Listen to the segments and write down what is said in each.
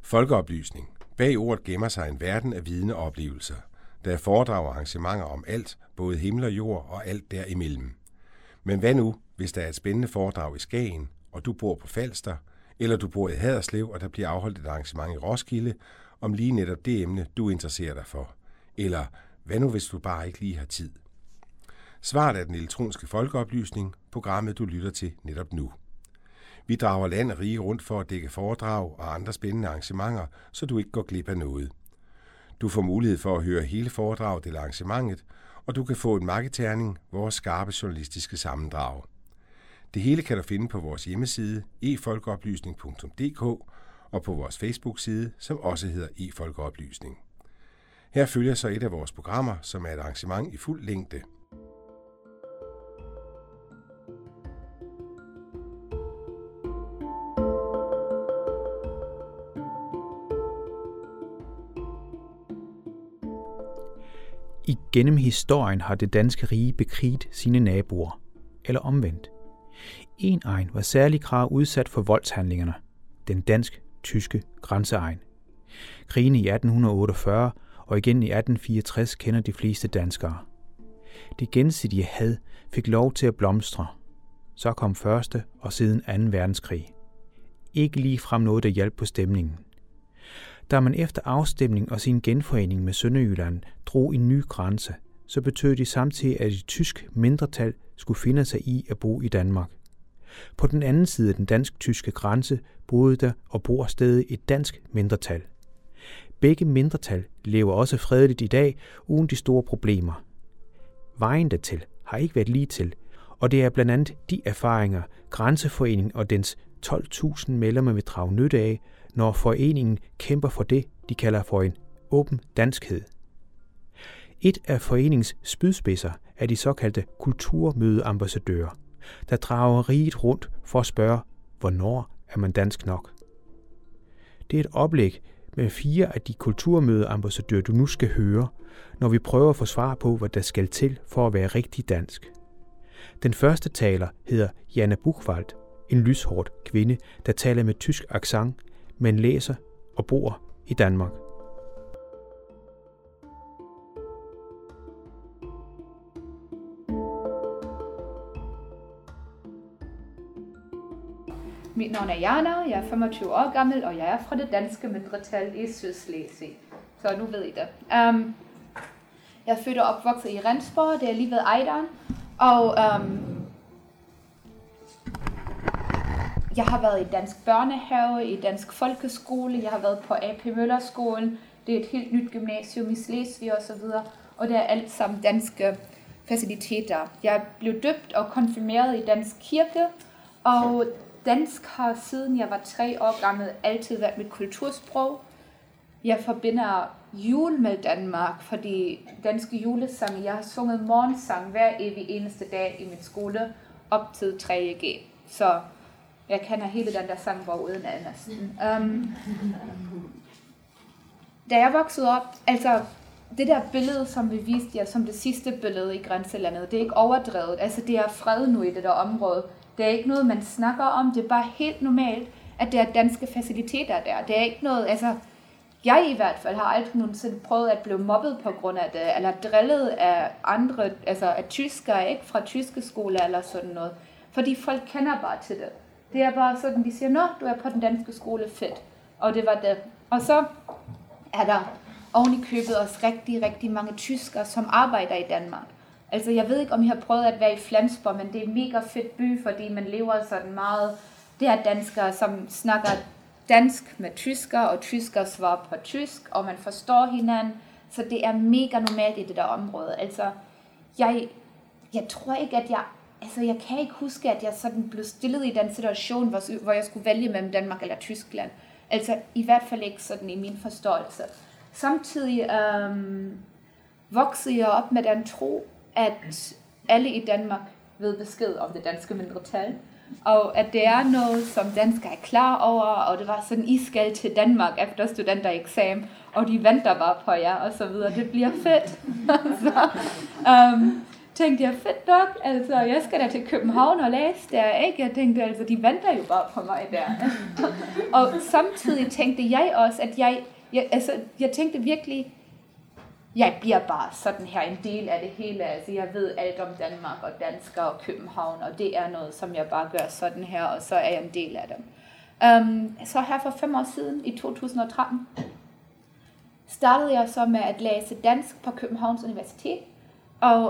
Folkeoplysning. Bag ordet gemmer sig en verden af viden og oplevelser. Der er foredrag og arrangementer om alt, både himmel og jord og alt derimellem. Men hvad nu, hvis der er et spændende foredrag i Skagen, og du bor på Falster, eller du bor i Haderslev, og der bliver afholdt et arrangement i Roskilde, om lige netop det emne, du interesserer dig for? Eller hvad nu, hvis du bare ikke lige har tid? Svaret er den elektroniske folkeoplysning, programmet du lytter til netop nu. Vi drager land og rige rundt for at dække foredrag og andre spændende arrangementer, så du ikke går glip af noget. Du får mulighed for at høre hele foredraget eller arrangementet, og du kan få en marketerning, vores skarpe journalistiske sammendrag. Det hele kan du finde på vores hjemmeside efolkeoplysning.dk og på vores Facebook-side, som også hedder efolkeoplysning. Her følger så et af vores programmer, som er et arrangement i fuld længde. Igennem historien har det danske rige bekriget sine naboer, eller omvendt. En egen var særlig grad udsat for voldshandlingerne, den dansk-tyske grænseegn. Krigen i 1848 og igen i 1864 kender de fleste danskere. Det gensidige had fik lov til at blomstre. Så kom første og siden 2. verdenskrig. Ikke ligefrem noget, der hjalp på stemningen. Da man efter afstemning og sin genforening med Sønderjylland drog en ny grænse, så betød det samtidig, at et tysk mindretal skulle finde sig i at bo i Danmark. På den anden side af den dansk-tyske grænse boede der og bor stadig et dansk mindretal. Begge mindretal lever også fredeligt i dag uden de store problemer. Vejen dertil har ikke været lige til, og det er blandt andet de erfaringer, Grænseforeningen og dens 12.000 medlemmer vil drage nytte af, når foreningen kæmper for det, de kalder for en åben danskhed. Et af foreningens spydspidser er de såkaldte kulturmødeambassadører, der drager riget rundt for at spørge, hvornår er man dansk nok. Det er et oplæg med 4 af de kulturmødeambassadører, du nu skal høre, når vi prøver at få svar på, hvad der skal til for at være rigtig dansk. Den første taler hedder Janne Buchwald, en lyshåret kvinde, der taler med tysk accent, men læser og bor i Danmark. Mit navn er Jana, jeg er 25 år gammel, og jeg er fra det danske mindretal i Sydslesvig. Så nu ved I det. Jeg er født og opvokset i Rendsborg, det er lige ved Ejderen, og jeg har været i dansk børnehave, i dansk folkeskole, jeg har været på AP Møllerskolen, det er et helt nyt gymnasium i Slesvig og så videre, og det er alt sammen danske faciliteter. Jeg blev døbt og konfirmeret i dansk kirke, og dansk har siden jeg var 3 år gammel altid været mit kultursprog. Jeg forbinder jul med Danmark, fordi danske julesange, jeg har sunget morgensang hver evig eneste dag i min skole op til 3.G. Så jeg kender hele den der sangbog uden ad næsten. Da jeg voksede op, altså det der billede, som vi viste jer som det sidste billede i grænselandet, det er ikke overdrevet. Altså det er fred nu i det der område. Det er ikke noget, man snakker om. Det er bare helt normalt, at der er danske faciliteter der. Det er ikke noget, altså jeg i hvert fald har aldrig nogensinde prøvet at blive mobbet på grund af det, eller drillet af andre, altså af tyskere, ikke fra tyske skoler eller sådan noget. Fordi folk kender bare til det. Det er bare sådan, de siger, nå, du er på den danske skole, fedt. Og det var det. Og så er der oven i købet også rigtig, rigtig mange tyskere, som arbejder i Danmark. Altså, jeg ved ikke, om I har prøvet at være i Flensborg, men det er en mega fedt by, fordi man lever sådan meget. Det er danskere, som snakker dansk med tyskere, og tyskere svarer på tysk, og man forstår hinanden. Så det er mega normalt i det der område. Altså, jeg tror ikke, at jeg kan ikke huske, at jeg sådan blev stillet i den situation, hvor jeg skulle vælge mellem Danmark eller Tyskland. Altså, i hvert fald ikke sådan i min forståelse. Samtidig voksede jeg op med den tro, at alle i Danmark ved besked om det danske mindretal, og at det er noget, som danskere er klar over, og det var sådan, I skal til Danmark efter studentereksamen, og de venter bare på jer, og så videre. Det bliver fedt. Så, tænkte jeg, fedt nok, altså jeg skal da til København og læse der, ikke? Jeg tænkte, altså de venter jo bare på mig der. Og samtidig tænkte jeg også, at jeg tænkte virkelig, jeg bliver bare sådan her en del af det hele. Altså jeg ved alt om Danmark og danskere og København, og det er noget, som jeg bare gør sådan her, og så er jeg en del af dem. Så her for 5 år siden, i 2013, startede jeg så med at læse dansk på Københavns Universitet. Og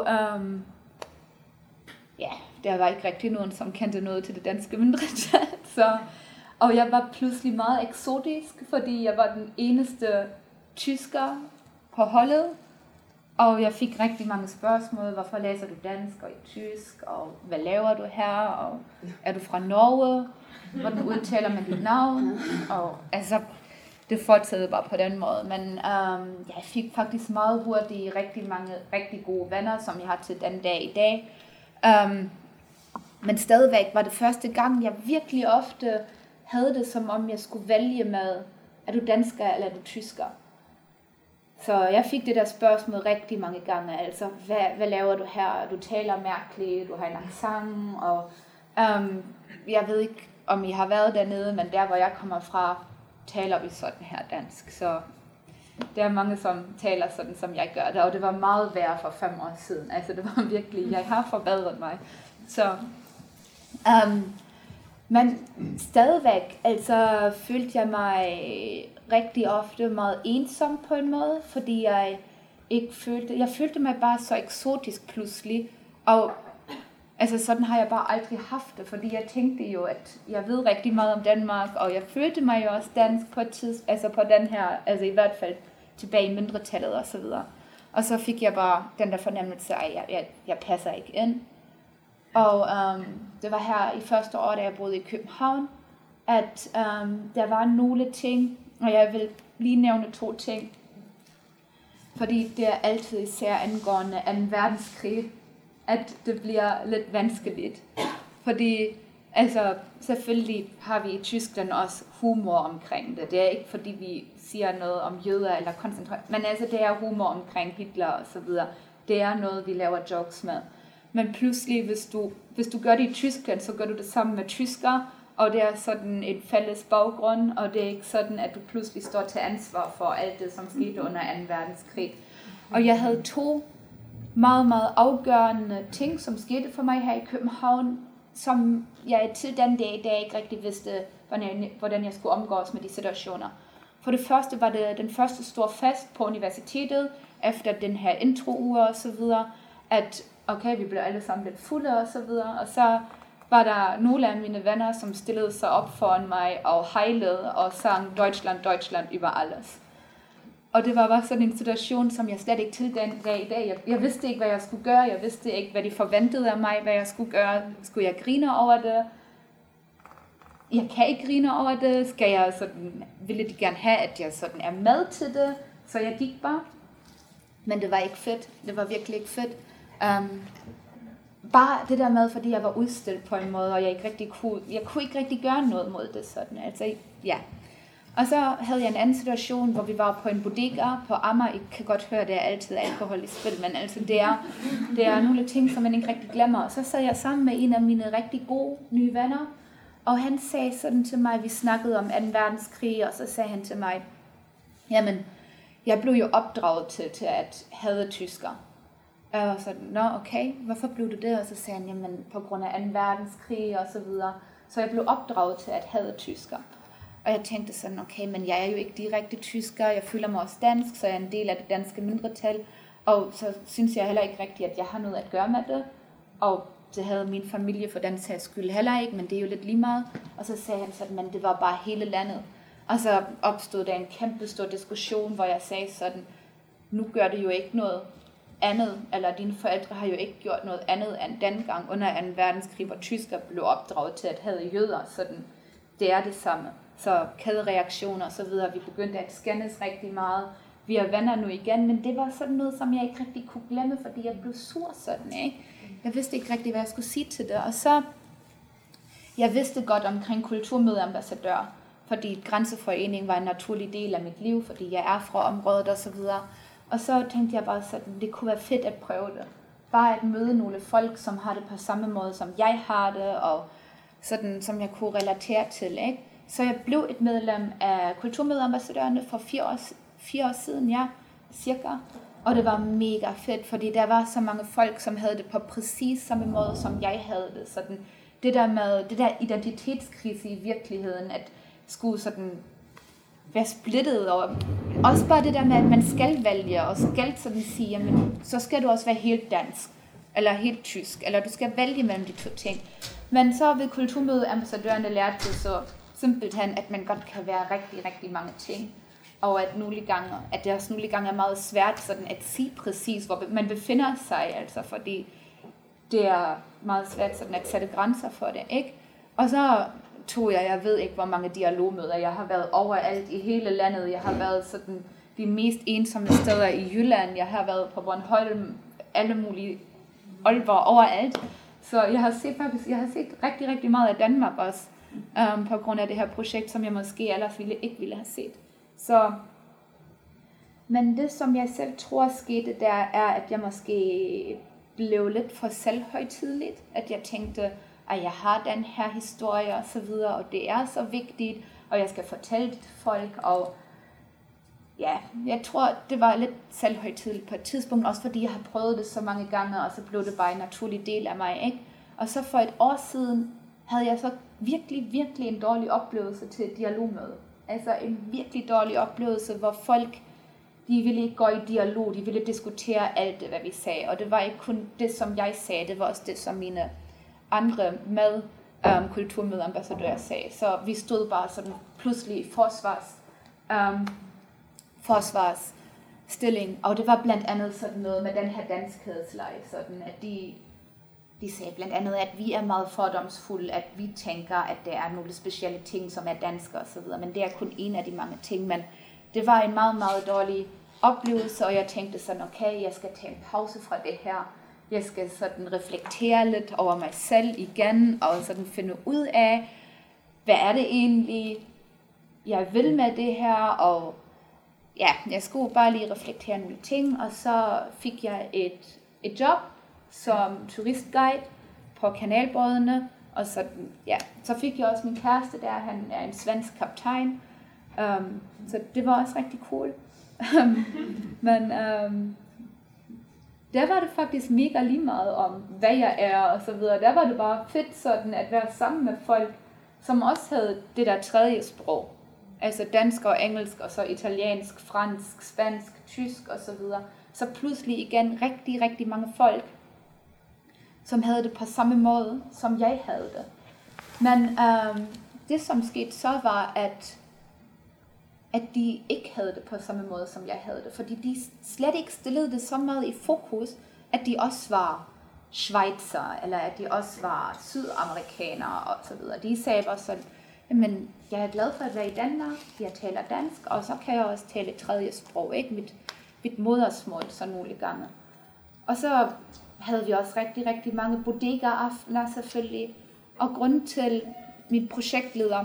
der var ikke rigtig nogen, som kendte noget til det danske mindretal. Og jeg var pludselig meget eksotisk, fordi jeg var den eneste tysker på holdet. Og jeg fik rigtig mange spørgsmål. Hvorfor læser du dansk og tysk? Og hvad laver du her? Og er du fra Norge? Hvordan udtaler man dit navn? Og altså, det fortsatte bare på den måde. Men jeg fik faktisk meget hurtigt rigtig mange rigtig gode venner, som jeg har til den dag i dag. Men stadigvæk var det første gang, jeg virkelig ofte havde det, som om jeg skulle vælge med, er du dansker eller er du tysker? Så jeg fik det der spørgsmål rigtig mange gange, altså, hvad laver du her? Du taler mærkeligt, du har en accent, og jeg ved ikke, om I har været dernede, men der, hvor jeg kommer fra, taler vi sådan her dansk. Så der er mange, som taler sådan, som jeg gør det, og det var meget værre for 5 år siden. Altså, det var virkelig, jeg har forbedret mig. Så, men stadigvæk, altså, følte jeg mig rigtig ofte meget ensom på en måde, fordi jeg følte mig bare så eksotisk pludselig, og altså sådan har jeg bare aldrig haft det, fordi jeg tænkte jo, at jeg ved rigtig meget om Danmark, og jeg følte mig jo også dansk på et tidspunkt, altså på den her, altså i hvert fald tilbage i mindretallet og så videre. Og så fik jeg bare den der fornemmelse af, at jeg passer ikke ind. Og det var her i første år, da jeg boede i København, at der var nogle ting, og jeg vil lige nævne 2 ting, fordi det er altid især angående 2. verdenskrig, at det bliver lidt vanskeligt. Fordi altså, selvfølgelig har vi i Tyskland også humor omkring det. Det er ikke fordi vi siger noget om jøder eller koncentration, men altså det er humor omkring Hitler og så videre. Det er noget, vi laver jokes med. Men pludselig, hvis du gør det i Tyskland, så gør du det sammen med tyskere, og det er sådan et fælles baggrund, og det er ikke sådan, at du pludselig står til ansvar for alt det, som skete under 2. verdenskrig. Og jeg havde 2 meget, meget afgørende ting, som skete for mig her i København, som jeg til den dag i dag ikke rigtig vidste, hvordan jeg skulle omgås med de situationer. For det første var det den første store fest på universitetet, efter den her intro-uge og så videre, at okay, vi blev alle sammen lidt fulde og så videre, og så var der nogle af mine venner, som stillede sig op foran mig og hejlede og sang Deutschland, Deutschland über alles. Og det var bare sådan en situation, som jeg slet ikke til den dag i dag. Jeg vidste ikke, hvad jeg skulle gøre. Jeg vidste ikke, hvad de forventede af mig, hvad jeg skulle gøre. Skulle jeg grine over det? Jeg kan ikke grine over det. Ville de gerne have, at jeg sådan er med til det? Så jeg gik bare. Men det var ikke fedt. Det var virkelig ikke fedt. Bare det der med, fordi jeg var udstillet på en måde, og jeg kunne ikke rigtig gøre noget mod det sådan. Altså, ja. Og så havde jeg en anden situation, hvor vi var på en bodega på Amager. I kan godt høre, at det er altid alkohol i spil, men altså det er nogle ting, som man ikke rigtig glemmer. Og så sad jeg sammen med en af mine rigtig gode nye venner, og han sagde sådan til mig, vi snakkede om 2. verdenskrig, og så sagde han til mig, jamen, jeg blev jo opdraget til at hade tysker. Og jeg var sådan, nå okay, hvorfor blev du det? Og så sagde han, jamen, på grund af 2. verdenskrig og så videre. Så jeg blev opdraget til at hade tysker. Og jeg tænkte sådan, okay, men jeg er jo ikke direkte tysker, jeg føler mig også dansk, så jeg er en del af det danske mindretal, og så synes jeg heller ikke rigtigt, at jeg har noget at gøre med det, og det havde min familie for den sags skyld heller ikke, men det er jo lidt lige meget. Og så sagde han sådan, men det var bare hele landet. Og så opstod der en kæmpe stor diskussion, hvor jeg sagde sådan, nu gør det jo ikke noget andet, eller dine forældre har jo ikke gjort noget andet end dengang under 2. verdenskrig, hvor tysker blev opdraget til at hade jøder, sådan det er det samme. Så kædereaktioner og så videre, vi begyndte at skændes rigtig meget. Vi er venner nu igen, men det var sådan noget, som jeg ikke rigtig kunne glemme, fordi jeg blev sur sådan, ikke? Jeg vidste ikke rigtig, hvad jeg skulle sige til det. Og så, jeg vidste godt omkring kulturmødeambassadør, fordi grænseforeningen var en naturlig del af mit liv, fordi jeg er fra området og så videre. Og så tænkte jeg bare sådan, det kunne være fedt at prøve det. bare at møde nogle folk, som har det på samme måde, som jeg har det, og sådan, som jeg kunne relatere til, ikke? Så jeg blev et medlem af Kulturmødeambassadørerne for 4 år siden, ja, cirka. Og det var mega fedt, fordi der var så mange folk, som havde det på præcis samme måde, som jeg havde det. Sådan, det der identitetskrise i virkeligheden, at skulle sådan være splittet, og også bare det der med, at man skal vælge, og skal sådan sige, jamen, så skal du også være helt dansk, eller helt tysk, eller du skal vælge mellem de to ting. Men så ved Kulturmødeambassadørerne lærte det så simpelthen, at man godt kan være rigtig, rigtig mange ting. Og at det også nogle gange er meget svært sådan at sige præcis, hvor man befinder sig, altså, fordi det er meget svært sådan at sætte grænser for det, ikke? Og så tog jeg ved ikke, hvor mange dialogmøder. Jeg har været overalt i hele landet. Jeg har været sådan de mest ensomme steder i Jylland. Jeg har været på Bornholm, alle mulige, Aalborg, overalt. Så jeg har set rigtig, rigtig meget af Danmark også, på grund af det her projekt, som jeg måske ellers ikke ville have set. Så, men det, som jeg selv tror skete der, er, at jeg måske blev lidt for selvhøjtideligt. At jeg tænkte, at jeg har den her historie og så videre, og det er så vigtigt, og jeg skal fortælle det til folk. Og ja, jeg tror, det var lidt selvhøjtideligt på et tidspunkt, også fordi jeg har prøvet det så mange gange, og så blev det bare en naturlig del af mig, ikke? Og så for et år siden havde jeg så virkelig, virkelig en dårlig oplevelse til et dialogmøde. Altså en virkelig dårlig oplevelse, hvor folk, de ville ikke gå i dialog, de ville diskutere alt det, hvad vi sagde. Og det var ikke kun det, som jeg sagde, det var også det, som mine andre med kulturmødeambassadører sagde. Så vi stod bare sådan pludselig i forsvarsstilling, og det var blandt andet sådan noget med den her danskhedsleje, sådan at de sagde blandt andet, at vi er meget fordomsfulde, at vi tænker, at der er nogle specielle ting, som er danske og så videre, men det er kun en af de mange ting, men det var en meget, meget dårlig oplevelse, og jeg tænkte sådan, okay, jeg skal tage en pause fra det her, jeg skal sådan reflektere lidt over mig selv igen, og sådan finde ud af, hvad er det egentlig, jeg vil med det her, og ja, jeg skulle bare lige reflektere nogle ting, og så fik jeg et job som turistguide på kanalbådene, og så fik jeg også min kæreste der, han er en svensk kaptajn, så det var også rigtig cool. Men der var det faktisk mega lige meget om, hvad jeg er og så videre. Der var det bare fedt sådan at være sammen med folk, som også havde det der tredje sprog. Altså dansk og engelsk, og så italiensk, fransk, spansk, tysk og så videre. Så pludselig igen rigtig, rigtig mange folk, som havde det på samme måde, som jeg havde det. Men det, som skete så, var, at de ikke havde det på samme måde, som jeg havde det. Fordi de slet ikke stillede det så meget i fokus, at de også var schweizer, eller at de også var sydamerikanere og så videre. De sagde bare sådan, jamen, jeg er glad for at være i Danmark, jeg taler dansk, og så kan jeg også tale et tredje sprog, ikke? Mit modersmål, så nogle gange. Og så havde vi også rigtig, rigtig mange bodega-aftener selvfølgelig. Og grunden til min projektleder,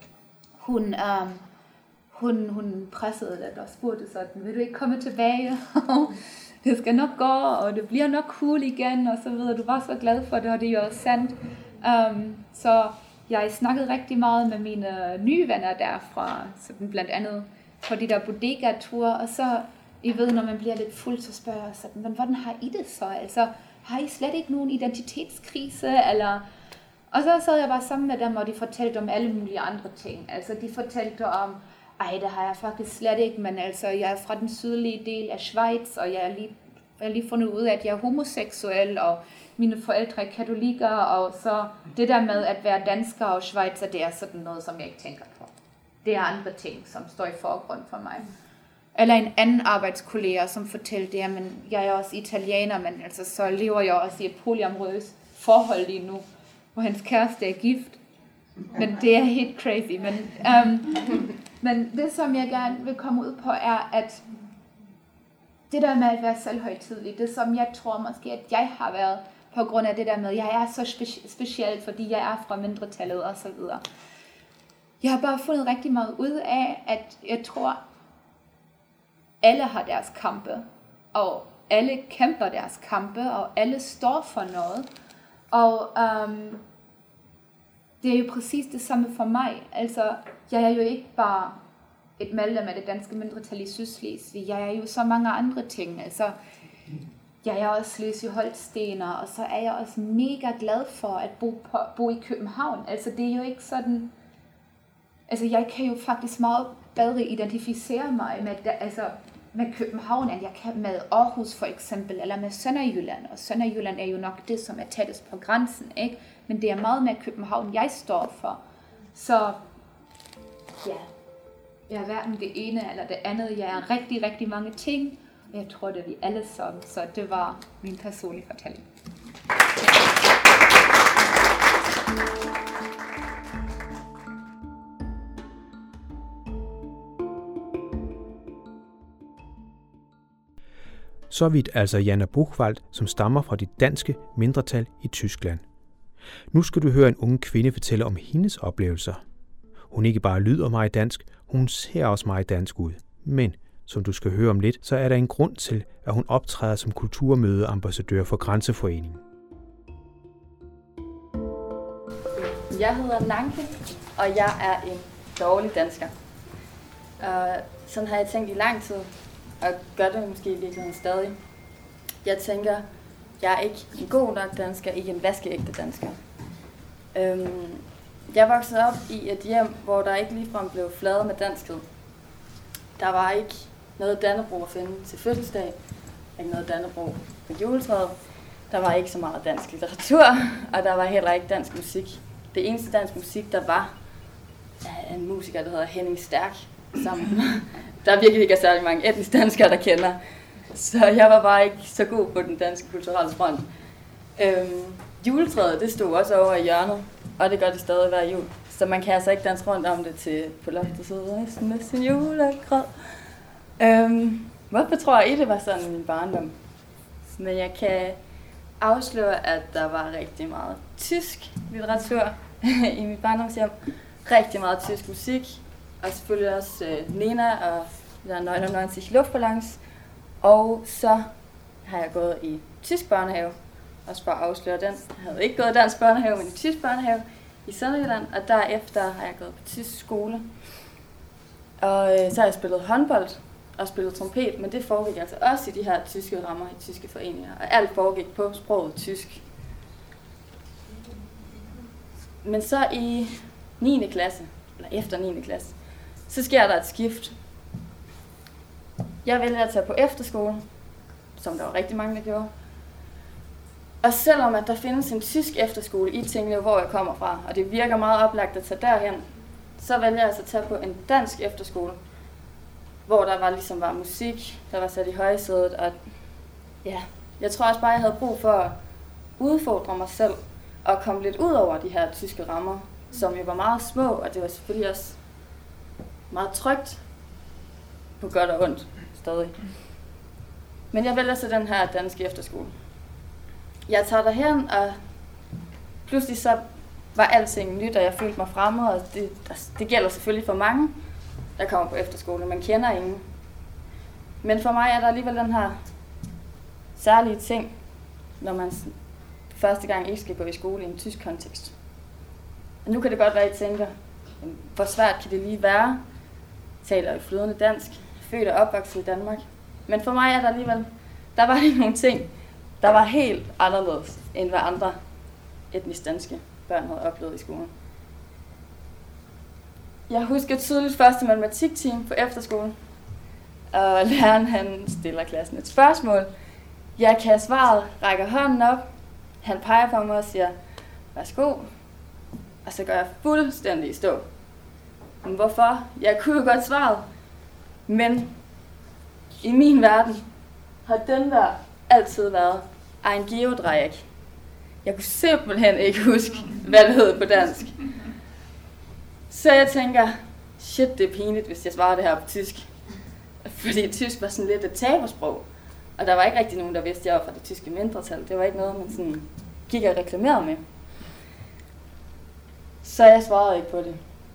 hun pressede lidt og spurgte sådan, vil du ikke komme tilbage? Det skal nok gå, og det bliver nok cool igen, og så videre. Du var så glad for det, og det er jo også sandt. Så jeg snakkede rigtig meget med mine nye venner derfra, sådan blandt andet på de der bodega-ture, og så, I ved, når man bliver lidt fuld, så spørger jeg sådan, men hvordan har I det så? Altså, har I slet ikke nogen identitetskrise, eller... Og så sad jeg bare sammen med dem, og de fortalte om alle mulige andre ting. Altså, de fortalte om, det har jeg faktisk slet ikke, men altså, jeg er fra den sydlige del af Schweiz, og jeg har lige fundet ud af, at jeg er homoseksuel, og mine forældre er katolikker, og så det der med at være dansker og schweizer, det er sådan noget, som jeg ikke tænker på. Det er andre ting, som står i forgrund for mig. Eller en anden arbejdskollega, som fortalte, at jeg er også italiener, men altså, så lever jeg også i et polyamorøst forhold lige nu, hvor hans kæreste er gift. Men det er helt crazy. Men det, som jeg gerne vil komme ud på, er, at det der med at være selvhøjtidelig, det som jeg tror måske, at jeg har været, på grund af det der med, at jeg er så speciel, fordi jeg er fra mindretallet og så videre. Jeg har bare fundet rigtig meget ud af, at jeg tror, alle har deres kampe, og alle kæmper deres kampe, og alle står for noget. Og det er jo præcis det samme for mig. Altså, jeg er jo ikke bare et medlem af det danske mindretal i Sydslesvig. Jeg er jo så mange andre ting. Altså, jeg er også Slesvig-Holstener, og så er jeg også mega glad for at bo i København. Altså, det er jo ikke sådan... Altså, jeg kan jo faktisk meget bedre identificere mig med København, end jeg kan med Aarhus for eksempel, eller med Sønderjylland. Og Sønderjylland er jo nok det, som er tættest på grænsen, ikke? Men det er meget med København, jeg står for. Så ja, jeg er hverken det ene eller det andet. Jeg er rigtig, rigtig mange ting. Og jeg tror, det er vi alle sammen. Så det var min personlige fortælling. Så vidt altså Jana Buchwald, som stammer fra det danske mindretal i Tyskland. Nu skal du høre en ung kvinde fortælle om hendes oplevelser. Hun ikke bare lyder meget dansk, hun ser også meget dansk ud. Men, som du skal høre om lidt, så er der en grund til, at hun optræder som kulturmødeambassadør for Grænseforeningen. Jeg hedder Nanke, og jeg er en dårlig dansker. Sådan har jeg tænkt i lang tid, og gør det måske i virkeligheden stadig. Jeg tænker, jeg er ikke en god nok dansker, ikke en vaskeægte dansker. Jeg voksede op i et hjem, hvor der ikke ligefrem blev fladet med danskhed. Der var ikke noget Dannebrog at finde til fødselsdag, ikke noget Dannebrog på juletræet. Der var ikke så meget dansk litteratur, og der var heller ikke dansk musik. Det eneste dansk musik, der var en musiker, der hedder Henning Stærk, som der virkelig ikke er særlig mange etniske danskere, der kender. Så jeg var bare ikke så god på den danske kulturelle front. Juletræet, det stod også over i hjørnet, og det gør det stadig hver jul. Så man kan altså ikke danse rundt om det til på loftet sidde med sin julegrød. Hvorfor tror jeg, det var sådan i min barndom? Men jeg kan afsløre, at der var rigtig meget tysk litteratur i mit barndomshjem. Rigtig meget tysk musik, og selvfølgelig også Nena og 99 Luftballons. Og så har jeg gået i tysk børnehave, også for at afsløre den. Jeg havde ikke gået i dansk børnehave, men i tysk børnehave i Sønderjylland, og derefter har jeg gået på tysk skole. Og så har jeg spillet håndbold og spillet trompet, men det foregik altså også i de her tyske rammer i tyske foreninger, og alt foregik på sproget tysk. Men så i 9. klasse, eller efter 9. klasse, så sker der et skift. Jeg vælger at tage på efterskole, som der var rigtig mange, der gjorde. Og selvom at der findes en tysk efterskole i Tinglev, hvor jeg kommer fra, og det virker meget oplagt at tage derhen, så vælger jeg altså at tage på en dansk efterskole, hvor der ligesom var musik, der var sat i højsædet, og ja, jeg tror også bare, jeg havde brug for at udfordre mig selv, og komme lidt ud over de her tyske rammer, som jo var meget små, og det var selvfølgelig også meget trygt, på godt og ondt stadig. Men jeg vælger så den her danske efterskole. Jeg tager derhen, og pludselig så var alting nyt, og jeg følte mig fremmed, og det gælder selvfølgelig for mange, der kommer på efterskole. Man kender ingen. Men for mig er der alligevel den her særlige ting, når man første gang ikke skal gå i skole i en tysk kontekst. Og nu kan det godt være, at I tænker, hvor svært kan det lige være? Jeg taler jo flydende dansk, født og opvokset i Danmark. Men for mig er der alligevel, der var lige nogle ting, der var helt anderledes, end hvad andre etnisk danske børn havde oplevet i skolen. Jeg husker tydeligt første matematikteam på efterskolen, og læreren han stiller klassen et spørgsmål. Jeg kan svaret, rækker hånden op, han peger på mig og siger, værsgo, og så går jeg fuldstændig i stå. Men hvorfor? Jeg kunne jo godt svaret, men i min verden har den der altid været en geodreieck. Jeg kunne simpelthen ikke huske, hvad det hed på dansk. Så jeg tænker, shit, det er pinligt, hvis jeg svarer det her på tysk. Fordi tysk var sådan lidt et tabersprog. Og der var ikke rigtig nogen, der vidste, at jeg var fra det tyske mindretal. Det var ikke noget, man sådan gik og reklamerede med. Så jeg svarede ikke på det.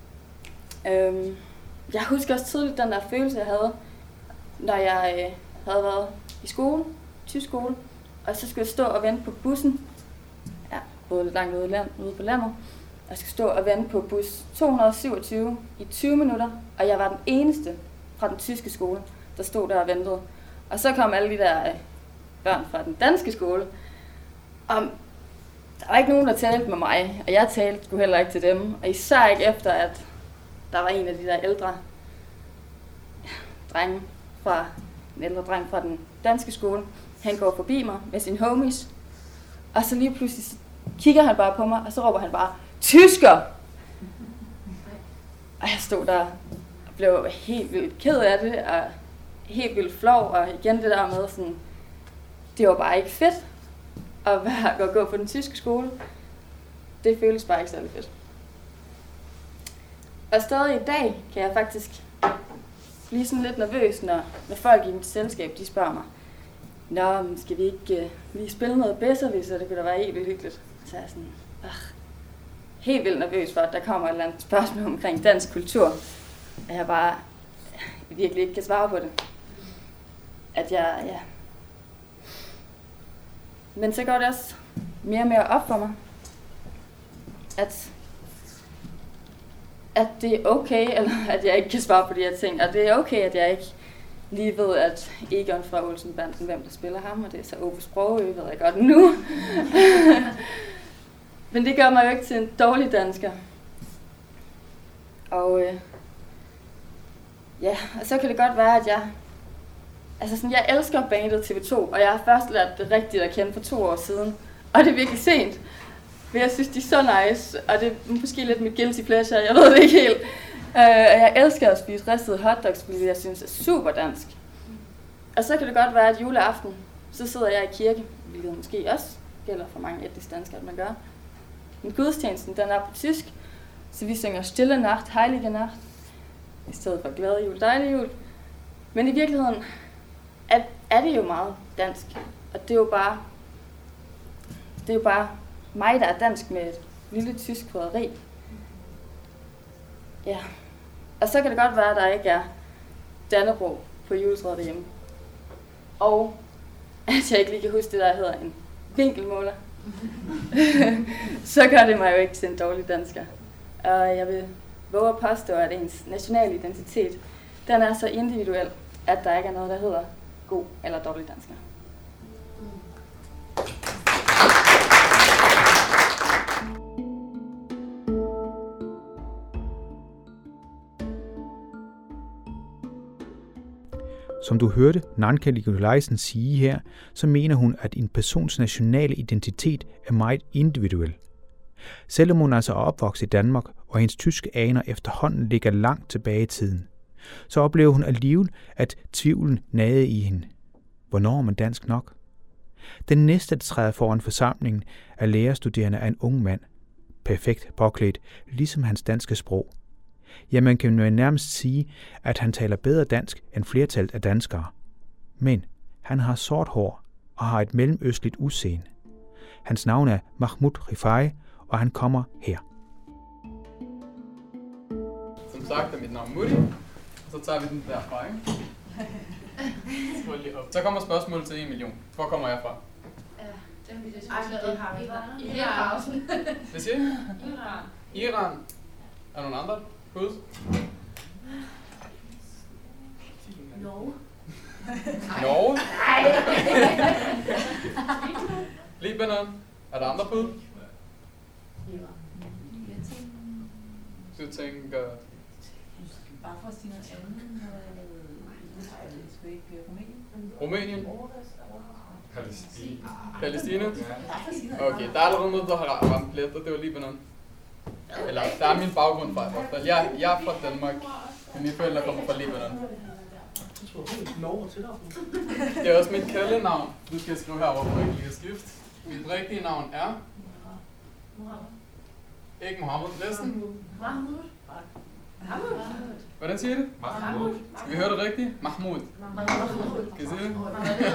Jeg husker også tydeligt den der følelse, jeg havde, når jeg havde været i skole, tysk skole, og så skulle jeg stå og vente på bussen. Ja, både lidt langt ude på landet. Jeg skulle stå og vente på bus 227 i 20 minutter, og jeg var den eneste fra den tyske skole, der stod der og ventede. Og så kom alle de der børn fra den danske skole, og der var ikke nogen, der talte med mig, og jeg talte sgu heller ikke til dem. Og især ikke efter, at der var en af de der ældre drenge fra den danske skole. Han går forbi mig med sine homies, og så lige pludselig så kigger han bare på mig, og så råber han bare, tysker! Og jeg stod der og blev helt vildt ked af det, og helt vildt flov, og igen det der med sådan, det var bare ikke fedt at gå på den tyske skole. Det føles bare ikke særlig fedt. Og stadig i dag kan jeg faktisk blive sådan lidt nervøs, når folk i mit selskab, de spørger mig, nå, men skal vi ikke lige spille noget bedserviser, det kunne da være helt vildt hyggeligt. Så er jeg sådan, helt vildt nervøs for, at der kommer et eller andet spørgsmål omkring dansk kultur, at jeg bare virkelig ikke kan svare på det. Men så går det også mere og mere op for mig, at det er okay, eller at jeg ikke kan svare på de her ting, og det er okay, at jeg ikke lige ved, at Egon fra Olsen-banden, hvem der spiller ham, og det er så Ove Sprogøe, ved jeg godt nu. Men det gør mig jo ikke til en dårlig dansker. Og og så kan det godt være, at jeg elsker bandet TV2, og jeg har først lært det rigtigt at kende for 2 år siden. Og det er virkelig sent, for jeg synes, de er så nice, og det er måske lidt mit guilty pleasure, jeg ved det ikke helt. Jeg elsker at spise ristede hotdogs, fordi jeg synes er super dansk. Og så kan det godt være, at juleaften, så sidder jeg i kirke, hvilket måske også gælder for mange etniske danskere, at man gør. Men gudstjenesten, den er på tysk, så vi synger Stille Nacht, Heilige Nacht, i stedet for Glade Jul, Dejlig Jul. Men i virkeligheden er det jo meget dansk, og det er jo bare mig, der er dansk med et lille tysk krydderi. Ja, og så kan det godt være, at der ikke er Dannebrog på juletræet derhjemme. Og at jeg ikke lige kan huske det, der hedder en vinkelmåler. Så gør det mig jo ikke til en dårlig dansker. Og jeg vil våge at påstå, at ens nationale identitet, den er så individuel, at der ikke er noget, der hedder god eller dårlig dansker. Som du hørte Nanka Nikolajsen sige her, så mener hun, at en persons nationale identitet er meget individuel. Selvom hun altså er opvokset i Danmark, og hendes tyske aner efterhånden ligger langt tilbage i tiden, så oplever hun alligevel, at tvivlen nagede i hende. Hvornår er man dansk nok? Den næste, der træder foran forsamlingen, er lærerstuderende af en ung mand. Perfekt påklædt, ligesom hans danske sprog. Ja, man kan jo nærmest sige, at han taler bedre dansk end flertallet af danskere. Men han har sort hår og har et mellemøstligt udseende. Hans navn er Mahmoud Rifai, og han kommer her. Som sagt er mit navn Mutti, så tager vi den derfra, ikke? Så kommer spørgsmålet til 1 million. Hvor kommer jeg fra? Iran. Hvad siger I? Iran. Er der nogen andre? Bud? Norge. Norge? Libanon. Er der andre bud? Du tænker... Bare for at sige noget andet. Skal vi ikke Rumænien? Palæstina? Okay, der er allerede noget, der har ramt plet, og det var Libanon. Eller, der er min baggrund fra i hvert fald. Jeg er fra Danmark, men mine forældre kommer fra Libanon. Det er også mit kaldenavn. Du skal skrive herovre, hvor jeg ikke lige skifte. Mit rigtige navn er... Ikke Mohammed, næsten. Mahmoud. Hvordan siger I det? Mahmoud. Skal vi høre det rigtigt? Mahmoud. Skal I sige det?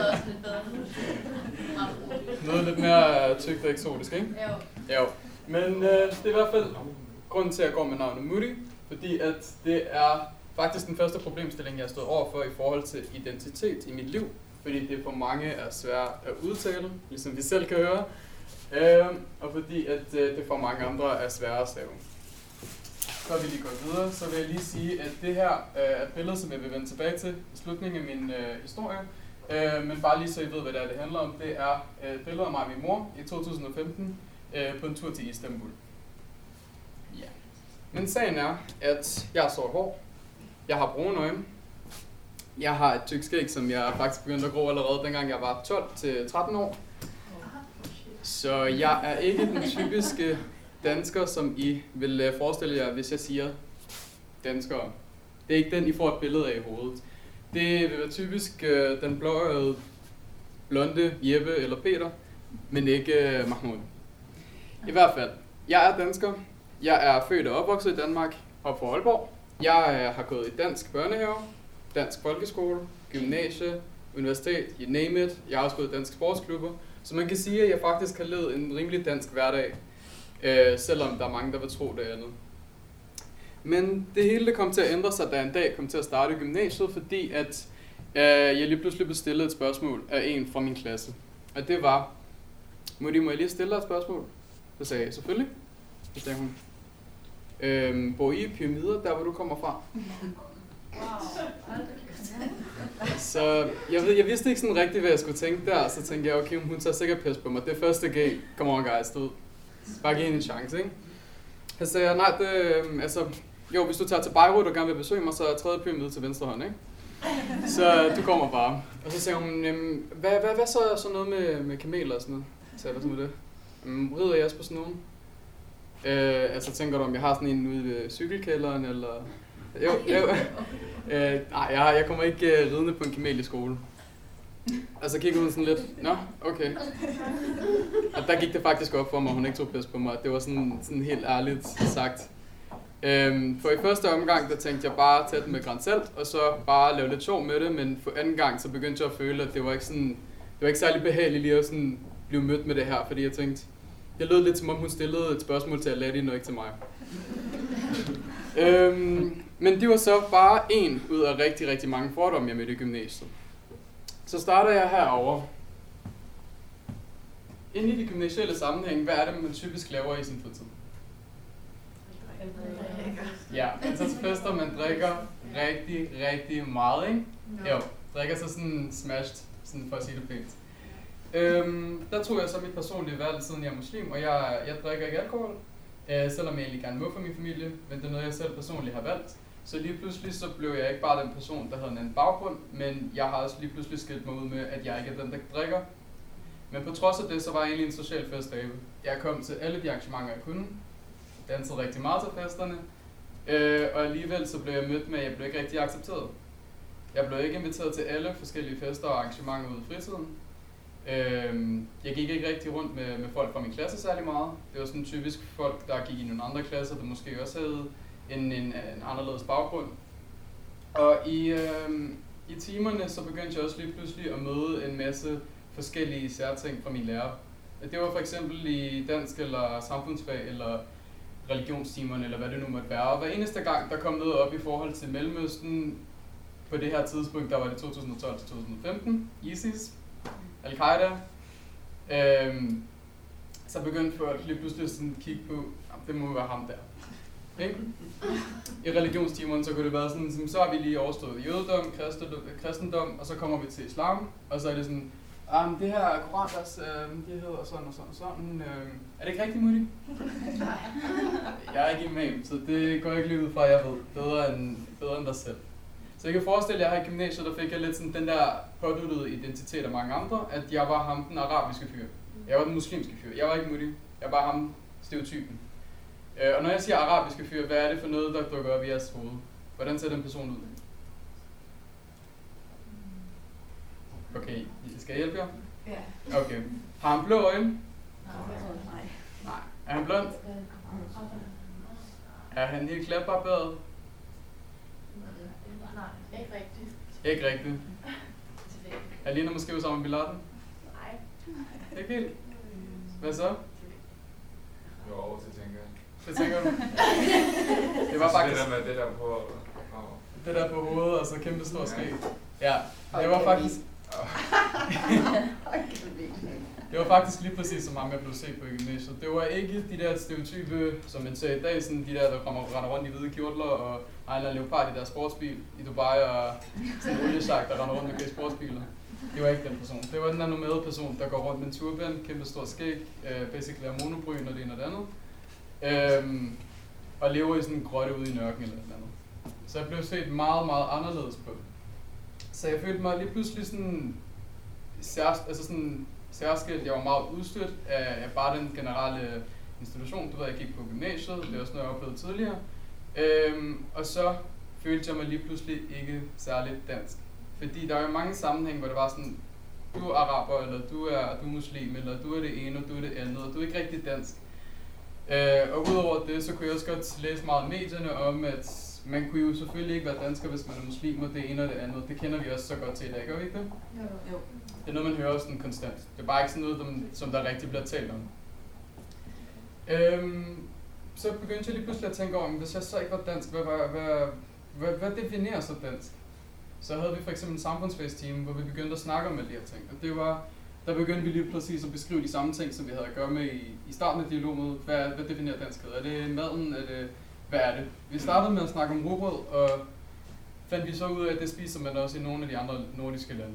Noget lidt mere tykt og eksotisk, ikke? Jo. Men det er i hvert fald grunden til, at jeg går med navnet Mutti, fordi at det er faktisk den første problemstilling, jeg har stået overfor i forhold til identitet i mit liv. fordi det for mange er svært at udtale, ligesom vi selv kan høre, og fordi at det for mange andre er svært at stave. Så vil vi lige gå videre, så vil jeg lige sige, at det her er et billede, som jeg vil vende tilbage til i slutningen af min historie. Men bare lige så I ved, hvad det handler om, det er et billede af mig og min mor i 2015 på en tur til Istanbul. Ja. Men sagen er, at jeg har sort hår, jeg har brune øjne, jeg har et tykt skæg, som jeg faktisk begyndte at gro allerede, dengang jeg var 12-13 år. Så jeg er ikke den typiske dansker, som I vil forestille jer, hvis jeg siger danskere. Det er ikke den, I får et billede af i hovedet. Det vil være typisk den blåøjede, blonde Jeppe eller Peter, men ikke Mahmoud. I hvert fald, jeg er dansker. Jeg er født og opvokset i Danmark, op fra Aalborg. Jeg har gået i dansk børnehave, dansk folkeskole, gymnasie, universitet, you name it. Jeg har også gået i dansk sportsklubber. Så man kan sige, at jeg faktisk har levet en rimelig dansk hverdag, selvom der er mange, der vil tro det andet. Men det hele det kom til at ændre sig, da jeg en dag kom til at starte i gymnasiet, fordi at jeg lige pludselig blev stillet et spørgsmål af en fra min klasse. Og det var, må jeg lige stille dig et spørgsmål? Så sagde jeg, selvfølgelig. Så sagde hun, bor I pyramider, der hvor du kommer fra? Så jeg vidste ikke sådan rigtigt, hvad jeg skulle tænke der, så tænkte jeg, okay, hun tager sikkert pis på mig. Det er første G, come on guys, du. Bare giv hende en chance, ikke? Så sagde jeg, nej, jo, hvis du tager til Beirut og gerne vil besøge mig, så er tredje pyramide til venstre hånd, ikke? Så du kommer bare. Og så sagde hun, hvad så noget med kameler og sådan noget? Så sagde jeg, hvad så med det? Rider jeg også på sådan nogen? Tænker du, om jeg har sådan en ude ved cykelkælderen, eller... Jo. Nej, jeg kommer ikke ridende på en kamel i skole. Og så kiggede hun sådan lidt, nå, okay. Og der gik det faktisk op for mig, hun ikke tog pis på mig. Det var sådan helt ærligt sagt. For i første omgang, der tænkte jeg bare at tage den med gran salt, og så bare lave lidt sjov med det, men for anden gang, så begyndte jeg at føle, at det var ikke særlig behageligt lige at sådan blive mødt med det her, fordi jeg tænkte, det lød lidt som om hun stillede et spørgsmål til Aladdin og ikke til mig. Men det var så bare en ud af rigtig, rigtig mange fordomme, jeg mødte i gymnasiet. Så starter jeg herovre. Inde i de gymnasielle sammenhæng, hvad er det, man typisk laver i sin fritid? Ja, man tager til fester, man drikker rigtig, rigtig meget, ikke? Jo, drikker så sådan smashed, sådan for at sige det pænt. Der tog jeg så mit personlige valg, siden jeg er muslim, og jeg drikker ikke alkohol, selvom jeg egentlig gerne må for min familie, men det er noget, jeg selv personligt har valgt. Så lige pludselig så blev jeg ikke bare den person, der havde en anden baggrund, men jeg har også lige pludselig skilt mig ud med, at jeg ikke er den, der drikker. Men på trods af det, så var jeg egentlig en social festabe. Jeg kom til alle de arrangementer, jeg kunne. Dansede rigtig meget til festerne. Og alligevel så blev jeg mødt med, at jeg blev ikke rigtig accepteret. Jeg blev ikke inviteret til alle forskellige fester og arrangementer ude i fritiden. Jeg gik ikke rigtig rundt med folk fra min klasse særlig meget. Det var sådan typisk folk, der gik i nogle andre klasser, der måske også havde en anderledes baggrund. Og i timerne så begyndte jeg også lige pludselig at møde en masse forskellige særting fra mine lærere. Det var for eksempel i dansk eller samfundsfag eller religionstimerne eller hvad det nu måtte være. Og hver eneste gang der kom noget op i forhold til Mellemøsten, på det her tidspunkt der var det 2012-2015, ISIS, Al-Qaida, så begyndte folk lige pludselig sådan at kigge på, det må være ham der. Ikke? I religionstimerne så kunne det være sådan, så har vi lige overstået jødedom, kristendom, og så kommer vi til islam, og så er det sådan, det her er Koranvers, det hedder sådan og sådan og sådan. Er det ikke rigtigt, Mutti? Jeg er ikke imam, så det går ikke lige ud fra, at jeg ved bedre end dig selv. Så jeg kan forestille jer, at her i gymnasiet, der fik jeg lidt sådan den der påduttede identitet af mange andre, at jeg var ham den arabiske fyr. Jeg var den muslimske fyr. Jeg var ikke Mutti. Jeg var ham stereotypen. Og når jeg siger arabiske fyr, hvad er det for noget, der dukker op i jeres hoved? Hvordan ser den person ud? Okay, skal jeg hjælpe jer? Ja. Okay. Har han blå øjne? Nej. Er han blond? Er han helt klapbarberet? Nej, ikke rigtigt. Ikke rigtigt. Er Lina måske jo sammen med Biladen? Nej. Ikke helt? Hvad så? Jo, det tænker jeg. Det tænker du? Det var faktisk... Det der med det der på... Det der på hovedet, og så kæmpe stor skæg. Ja, det var faktisk... Det var faktisk lige præcis så meget, jeg blev set på i gymnasiet. Det var ikke de der stereotype, som man ser i dag, sådan de der render rundt i hvide kjortler og har en leopard i deres sportsbil i Dubai og sådan en oliesjak, der render rundt med sportsbiler. Det var ikke den person. Det var den der nomade person, der går rundt med en turban, kæmpe stor skæg, basically er monobryn og det ene og det andet. Og lever i sådan en grotte ude i en ørken eller noget andet. Så jeg blev set meget, meget anderledes på. Så jeg følte mig lige pludselig sådan særskilt. Jeg var meget udstødt af bare den generelle institution. Du ved, jeg gik på gymnasiet, det er også noget, jeg oplevede tidligere. Og så følte jeg mig lige pludselig ikke særligt dansk. Fordi der er jo mange sammenhæng, hvor det var sådan, du er araber, eller du er muslim, eller du er det ene, og du er det andet, og du er ikke rigtig dansk. Og udover det, så kunne jeg også godt læse meget i medierne om, at man kunne jo selvfølgelig ikke være dansker, hvis man er muslim, og det ene og det andet. Det kender vi også så godt til i dag, gør vi ikke det? Jo. Det er noget, man hører sådan konstant. Det er bare ikke sådan noget, som der rigtig bliver talt om. Så begyndte jeg lige pludselig at tænke over, hvis jeg så ikke var dansk, hvad definerer så dansk? Så havde vi for eksempel en samfundsfagsteam, hvor vi begyndte at snakke om alle de her ting. Og det var, der begyndte vi lige præcis at beskrive de samme ting, som vi havde at gøre med i starten af dialogmødet. Hvad definerer danskhed? Er det maden? Hvad er det? Vi startede med at snakke om rugbrød, og fandt vi så ud af, at det spiser man også i nogle af de andre nordiske lande.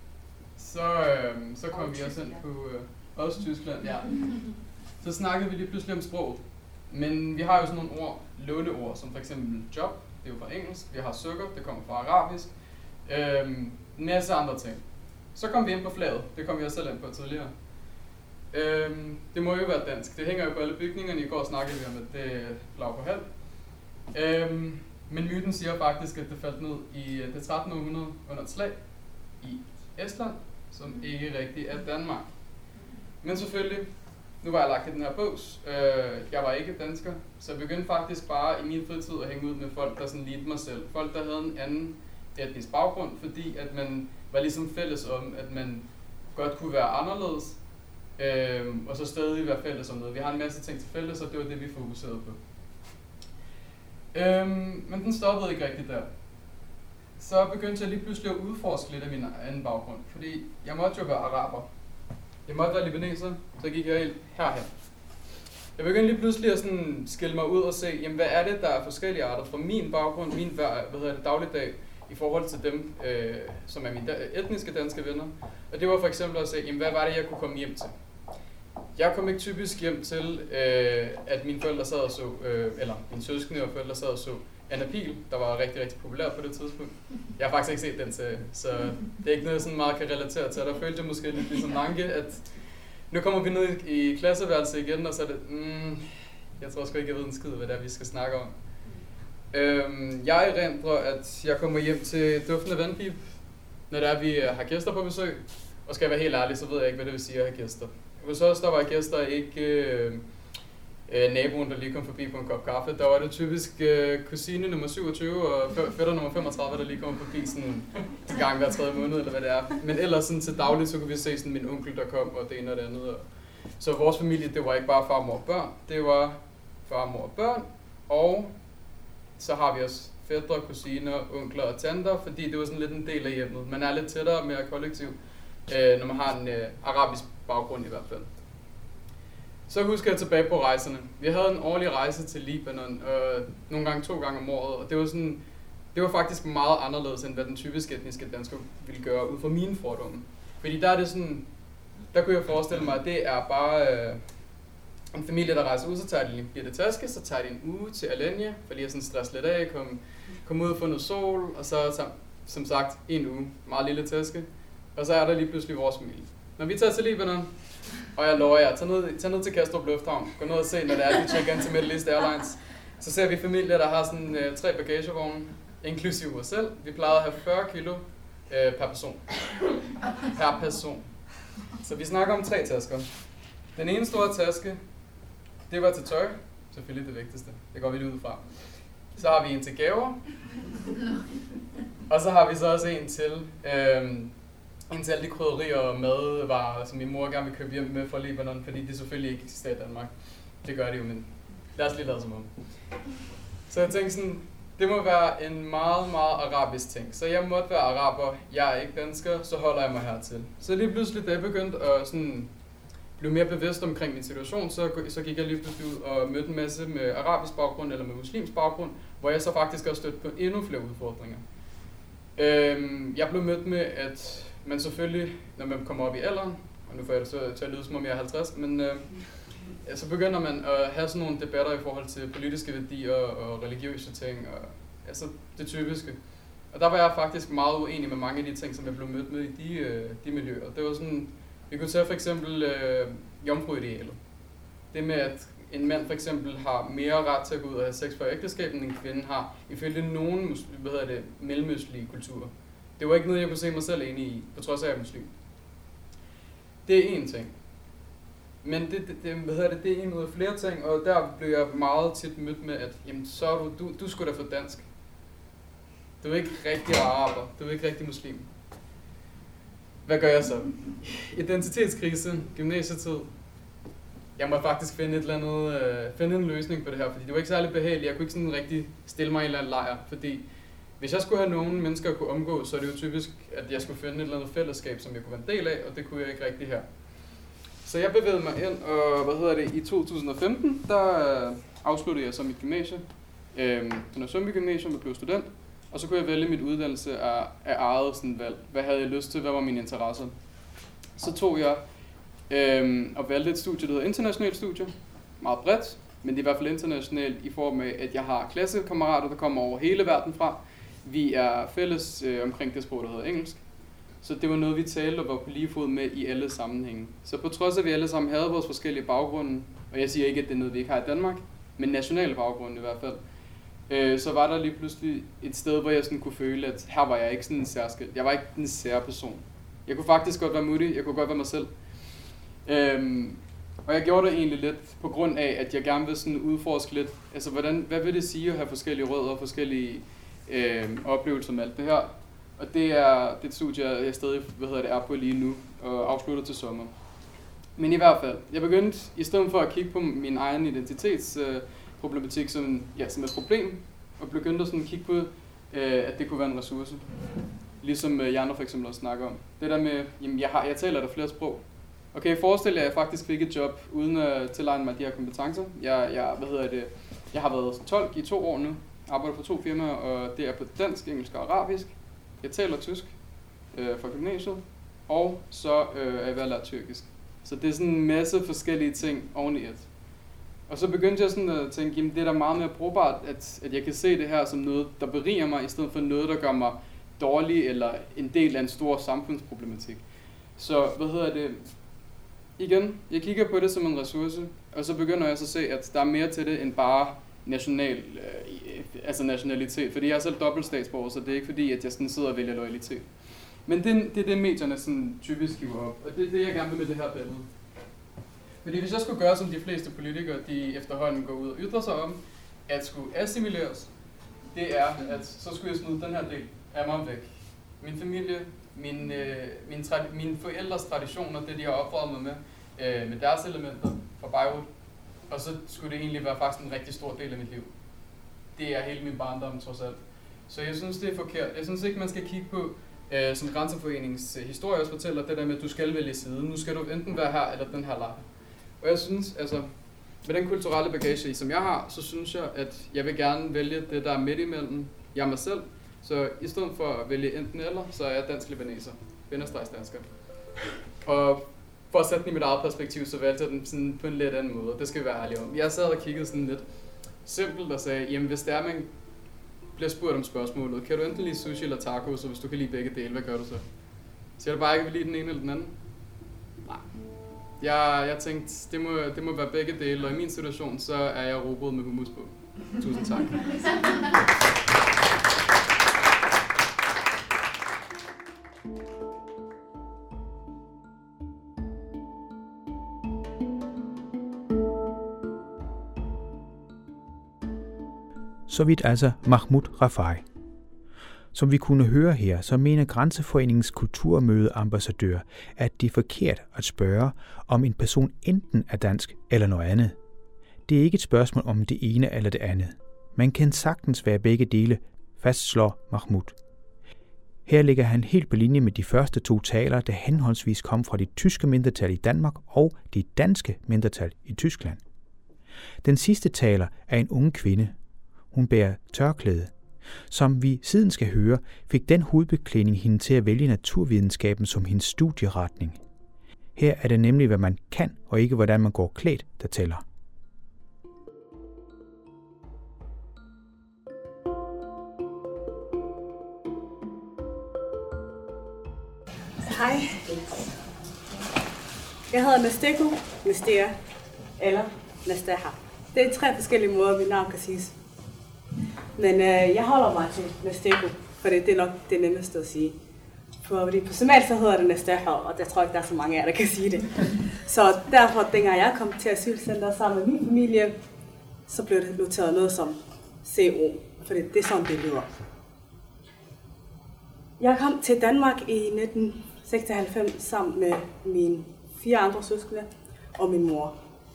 Så kom vi også ind på også Tyskland, ja. Så snakkede vi lige pludselig om sproget. Men vi har jo sådan nogle ord, låneord, som for eksempel job, det er jo fra engelsk. Vi har sukker, det kommer fra arabisk. En masse andre ting. Så kom vi ind på flaget, det kom vi også selv ind på tidligere. Det må jo være dansk, det hænger jo på alle bygningerne. I går snakkede vi om, at det er flag på halv. Men myten siger faktisk, at det faldt ned i det 13. århundrede under et slag i Estland, som ikke rigtig er Danmark. Men selvfølgelig, nu var jeg lagt i den her bås. Jeg var ikke dansker, så jeg begyndte faktisk bare i min fritid at hænge ud med folk, der sådan lignede mig selv. Folk, der havde en anden etnisk baggrund, fordi at man var ligesom fælles om, at man godt kunne være anderledes, og så stadig være fælles om noget. Vi har en masse ting til fælles, og det var det, vi fokuserede på. Men den stoppede ikke rigtigt der. Så begyndte jeg lige pludselig at udforske lidt af min anden baggrund, fordi jeg måtte jo være araber. Jeg måtte være libaneser, så gik jeg herhen. Jeg begyndte lige pludselig at sådan skille mig ud og se, jamen, hvad er det, der er forskellige arter fra min baggrund, min dagligdag, i forhold til dem, som er mine etniske danske venner. Og det var for eksempel at se, jamen, hvad var det, jeg kunne komme hjem til. Jeg kom ikke typisk hjem til, at mine forældre sad og så, eller mine søskende og forældre sad og så Anna Pihl, der var rigtig, rigtig populær på det tidspunkt. Jeg har faktisk ikke set den serie, så det er ikke noget, sådan meget kan relatere til. Der følte jeg måske lidt ligesom Nanke, at nu kommer vi ned i klasseværelset igen, og så er det, jeg tror sgu ikke, jeg ved en skid, hvad det er, vi skal snakke om. Jeg erindrer, at jeg kommer hjem til duftende vandpip, når det er, vi har gæster på besøg. Og skal jeg være helt ærlig, så ved jeg ikke, hvad det vil sige at have gæster. Hos os, der var gæster ikke naboen, der lige kom forbi på en kop kaffe. Der var det typisk kusine nummer 27 og fætter nummer 35, der lige kom forbi sådan en gang hver tredje måned, eller hvad det er. Men ellers sådan til dagligt, så kunne vi se sådan min onkel, der kom, og det ene og det andet. Så vores familie, det var ikke bare far, mor og børn. Det var far, mor og børn, og så har vi også fætre, kusiner, onkler og tanter, fordi det var sådan lidt en del af hjemmet. Man er lidt tættere og mere kollektiv, når man har en arabisk baggrund i hvert fald. Så husker jeg tilbage på rejserne. Vi havde en årlig rejse til Libanon, nogle gange 2 gange om året, og det var faktisk meget anderledes, end hvad den typiske etniske dansker ville gøre, ud fra mine fordomme. Fordi der er det sådan, der kunne jeg forestille mig, at det er bare en familie, der rejser ud, så tager de en bitte taske, så tager de en uge til Alanya, for lige at sådan stresse lidt af, komme ud og få noget sol, og så som sagt 1 uge, meget lille taske, og så er der lige pludselig vores familie. Når vi tager til Libanon, og jeg lover jer, tag ned til Kastrup Lufthavn, gå ned og se, når det er, vi tjekker ind til Middle East Airlines, så ser vi familier, der har sådan 3 bagagevogne, inklusive os selv. Vi plejede at have 40 kilo per person. Per person. Så vi snakker om 3 tasker. Den ene store taske, det var til tøj, selvfølgelig det vigtigste, det går vi lige ud fra. Så har vi en til gaver, og så har vi så også en til alle de krydderier og madvarer, som min mor gerne vil købe hjem med fra Libanon, fordi de selvfølgelig ikke eksisterer i Danmark. Det gør de jo, men lad os lige lade som om. Så jeg tænkte sådan, Det må være en meget, meget arabisk ting. Så jeg måtte være araber, jeg er ikke dansker, så holder jeg mig hertil. Så lige pludselig, da jeg begyndte at sådan blive mere bevidst omkring min situation, så gik jeg lige pludselig ud og mødte en masse med arabisk baggrund eller med muslimsk baggrund, hvor jeg så faktisk også stødte på endnu flere udfordringer. Jeg blev mødt med, at man selvfølgelig, når man kommer op i alderen, og nu får jeg det så til at lyde som om jeg er 50, men så begynder man at have sådan nogle debatter i forhold til politiske værdier og religiøse ting, og altså det typiske. Og der var jeg faktisk meget uenig med mange af de ting, som jeg blev mødt med i de miljøer. Det var sådan, vi kunne tage for eksempel jomfruidealet. Det med, at en mand for eksempel har mere ret til at gå ud og have sex før ægteskab, end en kvinde har, ifølge nogen mellemøstlige kulturer. Det var ikke noget, jeg kunne se mig selv enig i, på trods af, at jeg er muslim. Det er én ting. Men det er en ud af flere ting, og der blev jeg meget tit mødt med, at jamen, så er du skulle da få dansk. Du er ikke rigtig araber, du er ikke rigtig muslim. Hvad gør jeg så? Identitetskrise, gymnasietid. Jeg må faktisk finde en løsning på det her, fordi det var ikke særlig behageligt. Jeg kunne ikke sådan rigtig stille mig i en eller anden lejr, fordi hvis jeg skulle have nogen mennesker at kunne omgå, så er det jo typisk, at jeg skulle finde et eller andet fællesskab, som jeg kunne være en del af, og det kunne jeg ikke rigtig her. Så jeg bevægede mig ind, og i 2015, der afsluttede jeg så mit gymnasie, Sundby Gymnasium, og blev student, og så kunne jeg vælge mit uddannelse af eget sådan valg. Hvad havde jeg lyst til? Hvad var mine interesser? Så tog jeg og valgte et studie, der hedder internationalt studie, meget bredt, men det er i hvert fald internationalt i form af, at jeg har klassekammerater, der kommer over hele verden fra. Vi er fælles omkring det sprog, der hedder engelsk. Så det var noget, vi talte og var på lige fod med i alle sammenhænge. Så på trods af, at vi alle sammen havde vores forskellige baggrunde, og jeg siger ikke, at det er noget, vi ikke har i Danmark, men nationale baggrunde i hvert fald, så var der lige pludselig et sted, hvor jeg sådan kunne føle, at her var jeg ikke sådan en særskilt. Jeg var ikke en sær person. Jeg kunne faktisk godt være modig, jeg kunne godt være mig selv. Og jeg gjorde det egentlig lidt på grund af, at jeg gerne vil sådan udforske lidt, altså hvad vil det sige at have forskellige rødder og forskellige oplevelser med alt det her. Og det er et studie, jeg stadig er på lige nu og afslutter til sommer. Men i hvert fald, jeg begyndte i stedet for at kigge på min egen identitetsproblematik som et problem, og begyndte at sådan kigge på, at det kunne være en ressource. Ligesom Janne for eksempel også snakker om. Det der med, jamen jeg taler der flere sprog. Okay, forestil jer, at jeg faktisk fik et job uden at tilegne mig de her kompetencer. Jeg har været tolk i 2 år nu, arbejder for 2 firmaer, og det er på dansk, engelsk og arabisk. Jeg taler tysk fra gymnasiet, og så er jeg ved at lære tyrkisk. Så det er sådan en masse forskellige ting oven i et. Og så begyndte jeg sådan at tænke, jamen det er da meget mere brugbart, at jeg kan se det her som noget, der beriger mig, i stedet for noget, der gør mig dårlig eller en del af en stor samfundsproblematik. Så igen, jeg kigger på det som en ressource, og så begynder jeg så at se, at der er mere til det end bare nationalitet. Fordi jeg er selv dobbelt statsborger, så det er ikke fordi, at jeg sådan sidder og vælger loyalitet. Men det er det, medierne sådan typisk giver op, og det er det, jeg gerne vil med det her billede. Fordi hvis jeg skulle gøre, som de fleste politikere, de efterhånden går ud og ytrer sig om, at skulle assimileres, det er, at så skulle jeg smide den her del af mig væk. Min familie, mine forældres traditioner, det de har opdraget mig med deres elementer fra Beirut, og så skulle det egentlig være faktisk en rigtig stor del af mit liv. Det er hele min barndom trods alt. Så jeg synes, det er forkert. Jeg synes ikke, man skal kigge på, som Grænseforeningens historie også fortæller, det der med, at du skal vælge side. Nu skal du enten være her eller den her lejr. Og jeg synes, altså, med den kulturelle bagage, som jeg har, så synes jeg, at jeg vil gerne vælge det, der er midt imellem jeg og mig selv. Så i stedet for at vælge enten eller, så er jeg dansk-libaneser. Dansker. Og for at sætte den i mit eget perspektiv, så valgte jeg den sådan på en lidt anden måde. Det skal vi være ærlige om. Jeg sad og kiggede sådan lidt simpelt og sagde, jamen hvis det er, man bliver spurgt om spørgsmålet, kan du enten lide sushi eller tacos, og hvis du kan lide begge dele, hvad gør du så? Siger du bare ikke, at vi lide den ene eller den anden? Nej. Jeg tænkte, det må være begge dele, og i min situation, så er jeg robrød med hummus på. Tusind tak. Så vidt altså Mahmoud Rafai. Som vi kunne høre her, så mener Grænseforeningens kulturmødeambassadør, at det er forkert at spørge, om en person enten er dansk eller noget andet. Det er ikke et spørgsmål om det ene eller det andet, Man kan sagtens være begge dele, fastslår Mahmoud. Her ligger han helt på linje med de første 2 talere, der henholdsvis kom fra det tyske mindretal i Danmark og det danske mindretal i Tyskland. Den sidste taler er en ung kvinde. Hun bærer tørklæde. Som vi siden skal høre, fik den hovedbeklædning hende til at vælge naturvidenskaben som hendes studieretning. Her er det nemlig, hvad man kan, og ikke hvordan man går klædt, der tæller. Hej. Jeg hedder Nasteko, Nastea eller Nastaha. Det er 3 forskellige måder, mit navn kan siges. Men jeg holder mig til Nasteko, for det er nok det nemmeste at sige. Fordi på somalisk så hedder det Nastaha, og jeg tror ikke, der er så mange af jer, der kan sige det. Så derfor, dengang jeg kom til asylcenteret sammen med min familie, så blev det noteret noget som CO, for det er sådan, det lyder. Jeg kom til Danmark i 1996 sammen med mine 4 andre søskende og min mor.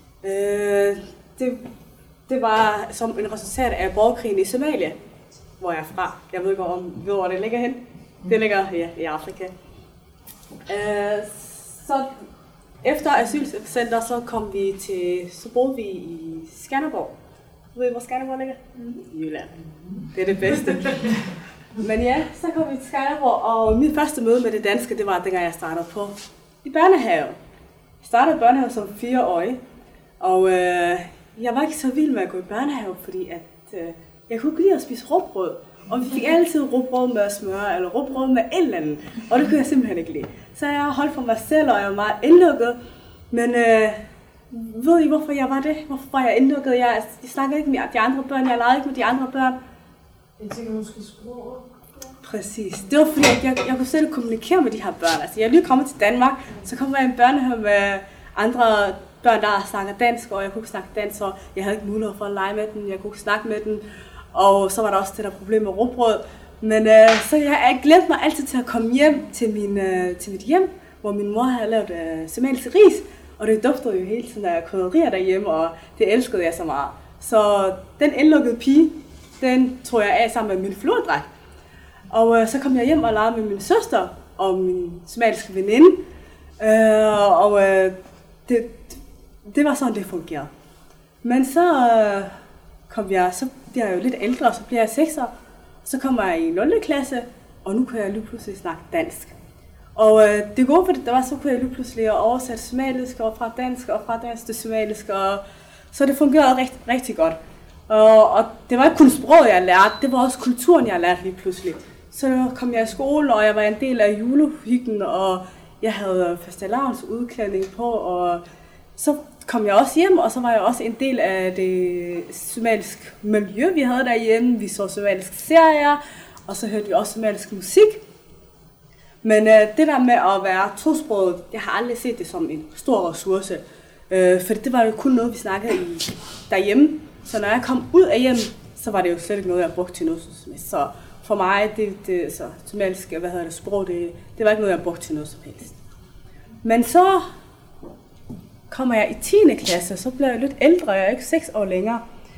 Det var som en resultat af borgerkrigen i Somalia, hvor jeg er fra. Jeg ved ikke, hvor det ligger hen. Det ligger i Afrika. Så efter asylcenter, så boede vi i Skanderborg. Ved I, hvor Skanderborg ligger? I Jylland. Det er det bedste. Men ja, så kom vi til Skanderborg, og mit første møde med det danske, det var dengang jeg startede i børnehave. Jeg startede i børnehave som 4-årig, og jeg var ikke så vild med at gå i børnehave, fordi at, jeg kunne ikke lide at spise rugbrød. Og vi fik altid rugbrød med smør, eller rugbrød med et eller andet, og det kunne jeg simpelthen ikke lide. Så jeg holdt for mig selv, og jeg var meget indlukket. Men ved I, hvorfor jeg var det? Hvorfor var jeg indlukket? Jeg snakkede ikke med de andre børn, jeg legede ikke med de andre børn. Jeg tænker måske sprog. Præcis. Det var fordi, jeg kunne slet ikke kommunikere med de her børn. Altså, jeg er lige kommet til Danmark, så kom jeg i en børnehave med andre børn, der snakker dansk, og jeg kunne ikke snakke dansk, og jeg havde ikke mulighed for at lege med dem, jeg kunne ikke snakke med dem. Og så var der også det der problem med rugbrød. Men så jeg glemte mig altid til at komme hjem til mit hjem, hvor min mor havde lavet somalisk ris, og det duftede jo hele tiden af krydderier derhjemme, og det elskede jeg så meget. Så den indlukkede pige, den tog jeg af sammen med min flordragt. Og så kom jeg hjem og legede med min søster og min somaliske veninde. Det var sådan, det fungerede. Men så bliver jeg jo lidt ældre, og så bliver jeg 6 år. Så kommer jeg i 0. klasse, og nu kan jeg lige pludselig snakke dansk. Og det gode for det, der var, så kunne jeg lige pludselig oversætte somalisk og fra dansk til somalisk. Og så det fungerede rigtig, rigtig godt. Og det var ikke kun sproget, jeg lærte, det var også kulturen, jeg lærte lige pludselig. Så kom jeg i skole, og jeg var en del af julehyggen, og jeg havde fastelavns udklædning på, og så kom jeg også hjem, og så var jeg også en del af det somaliske miljø, vi havde derhjemme. Vi så somaliske serier, og så hørte vi også somalisk musik. Men det der med at være tosproget, jeg har aldrig set det som en stor ressource. For det var jo kun noget, vi snakkede derhjemme. Så når jeg kom ud af hjem, så var det jo slet ikke noget, jeg brugte til noget som helst. Så for mig, så somalisk, sprog, det var ikke noget, jeg brugte til noget som helst. Men så kommer jeg i 10. klasse, så blev jeg lidt ældre, jeg er ikke 6 år længere.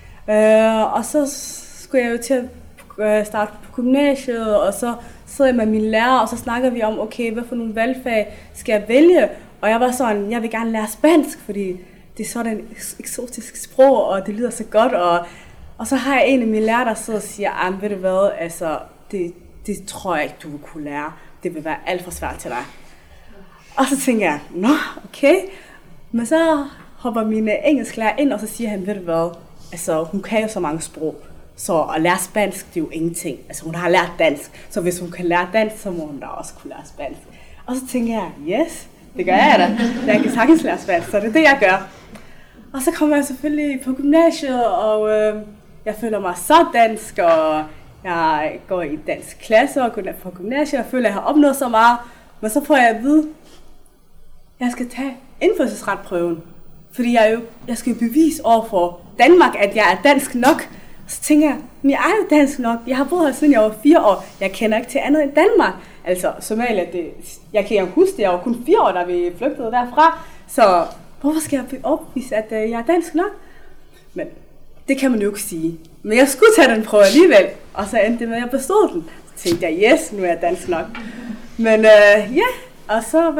Og så skulle jeg jo til at starte på gymnasiet, og så sidder jeg med min lærer, og så snakker vi om, okay, hvad for nogle valgfag skal jeg vælge? Og jeg var sådan, jeg vil gerne lære spansk, fordi det er sådan et eksotisk sprog, og det lyder så godt. Og så har jeg en af mine lærere, der sidder og siger, ved du hvad, altså, det tror jeg ikke, du vil kunne lære. Det vil være alt for svært til dig. Og så tænker jeg, nå, okay. Men så hopper min engelsklærer ind, og så siger han, ved du hvad, altså, hun kan jo så mange sprog. Så at lære spansk, det er jo ingenting. Altså, hun har lært dansk. Så hvis hun kan lære dansk, så må hun da også kunne lære spansk. Og så tænker jeg, yes, det gør jeg da. Jeg kan sagtens lære spansk, så det er det, jeg gør. Og så kommer jeg selvfølgelig på gymnasiet, og jeg føler mig så dansk, og jeg går i dansk klasse og går på gymnasiet, og føler, at jeg har opnået så meget. Men så får jeg at vide, at jeg skal tage indfødsretsprøven. Fordi jeg skal jo bevise over for Danmark, at jeg er dansk nok. Så tænker jeg, men jeg er jo dansk nok. Jeg har boet her siden jeg var 4 år. Jeg kender ikke til andet end Danmark. Altså, Somalia, jeg kan huske, jeg var kun 4 år, da vi flygtede derfra. Så hvorfor skal jeg opvise, at jeg er dansk nok? Men det kan man jo ikke sige. Men jeg skulle tage den prøve alligevel, og så endte det med, at jeg bestod den. Så tænkte jeg, yes, nu er jeg dansk nok. Men og så,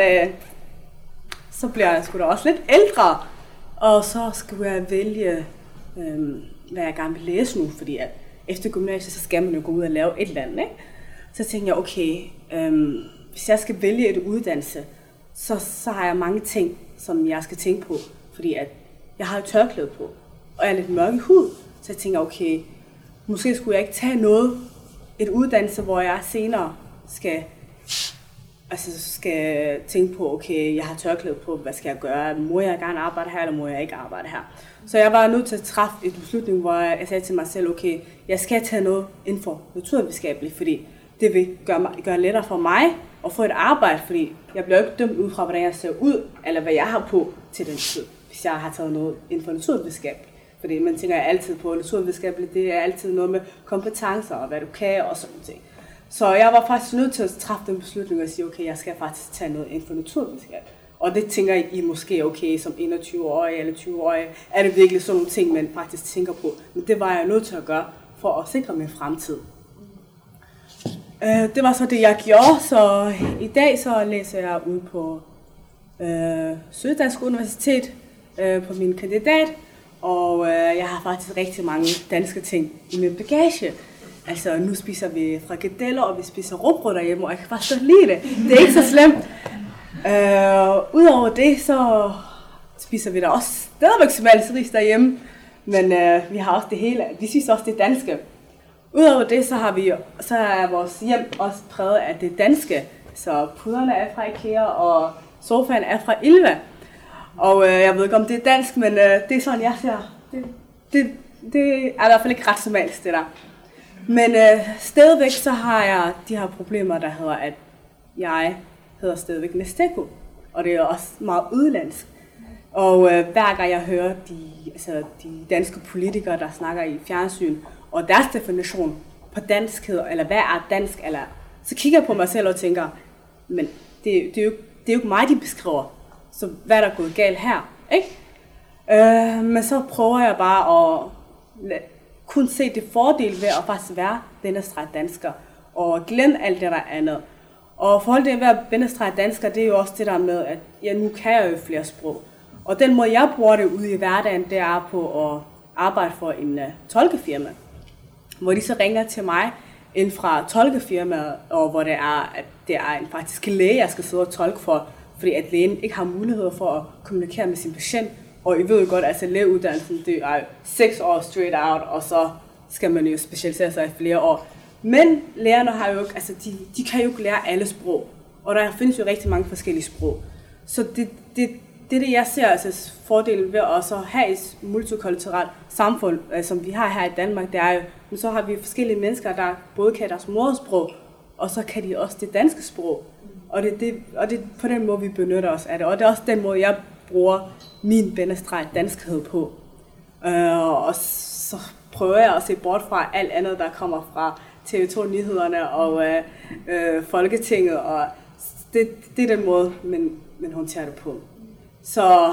så bliver jeg sgu da også lidt ældre, og så skulle jeg vælge, hvad jeg gerne vil læse nu, fordi at efter gymnasiet, så skal man jo gå ud og lave et eller andet, ikke? Så tænkte jeg, okay, hvis jeg skal vælge et uddannelse, så har jeg mange ting, som jeg skal tænke på, fordi at jeg har et tørklæde på, og jeg er lidt mørk i hud, så jeg tænker, okay, måske skulle jeg ikke tage et uddannelse, hvor jeg senere skal tænke på, okay, jeg har tørklæde på, hvad skal jeg gøre? Må jeg gerne arbejde her, eller må jeg ikke arbejde her? Så jeg var nødt til at træffe et beslutning, hvor jeg sagde til mig selv, okay, jeg skal tage noget inden for naturvidenskabeligt, fordi det vil gøre lettere for mig at få et arbejde, fordi jeg bliver ikke dømt ud fra, hvordan jeg ser ud, eller hvad jeg har på til den tid, hvis jeg har taget noget inden for naturvidenskab. Fordi man tænker altid på, naturvidenskabeligt, det er altid noget med kompetencer og hvad du kan og sådan noget. Så jeg var faktisk nødt til at træffe den beslutning og sige, okay, jeg skal faktisk tage noget inden for naturvidenskab. Og det tænker I måske, okay, som 21-årig eller 20-årig, er det virkelig sådan nogle ting, man faktisk tænker på. Men det var jeg nødt til at gøre for at sikre min fremtid. Det var så det, jeg gjorde, så i dag så læser jeg ude på Syddansk Universitet på min kandidat, og jeg har faktisk rigtig mange danske ting i min bagage. Altså nu spiser vi frikadeller, og vi spiser rugbrød derhjemme, og jeg kan faktisk godt lide det. Det er ikke så slemt. Udover det, så spiser vi da også stadigvæk smalsris derhjemme, men vi har også det hele. Vi spiser også det danske. Udover det, så er vores hjem også præget af det danske. Så puderne er fra IKEA, og sofaen er fra Ilva. Og jeg ved ikke, om det er dansk, men det er sådan, jeg ser. Det er i hvert fald ikke ret somalisk, det der. Men stadigvæk så har jeg de her problemer, der hedder, at jeg hedder stadigvæk Nesteko. Og det er også meget udlandsk. Og hver gang jeg hører de danske politikere, der snakker i fjernsyn, og deres definition på danskhed, eller hvad er dansk, eller så kigger jeg på mig selv og tænker, men det er jo ikke mig, de beskriver. Så hvad er der gået galt her, ikke? Men så prøver jeg bare at kun se det fordel ved at faktisk være bindestreg dansker, og glemme alt det der andet. Og forhold til at være bindestreg dansker, det er jo også det der med, at nu kan jeg jo flere sprog. Og den måde, jeg bruger det ude i hverdagen, det er på at arbejde for en tolkefirma, hvor de så ringer til mig ind fra tolkefirmaet, og hvor det er en faktisk læge, jeg skal sidde og tolke for, fordi at lægen ikke har mulighed for at kommunikere med sin patient. Og I ved jo godt, at lægeuddannelsen, det er 6 år straight out, og så skal man jo specialisere sig i flere år. Men lærerne har jo ikke, de kan jo ikke lære alle sprog, og der findes jo rigtig mange forskellige sprog. Så det jeg ser fordelen ved også at have et multikulturelt samfund, som vi har her i Danmark, det er jo, men så har vi forskellige mennesker, der både kan deres modersprog, og så kan de også det danske sprog. Og det er på den måde, vi benytter os af det. Og det er også den måde, jeg bruger min bindestreg danskhed på. Og så prøver jeg at se bort fra alt andet, der kommer fra TV2-nyhederne og Folketinget. Og det er den måde, man håndterer det på. Så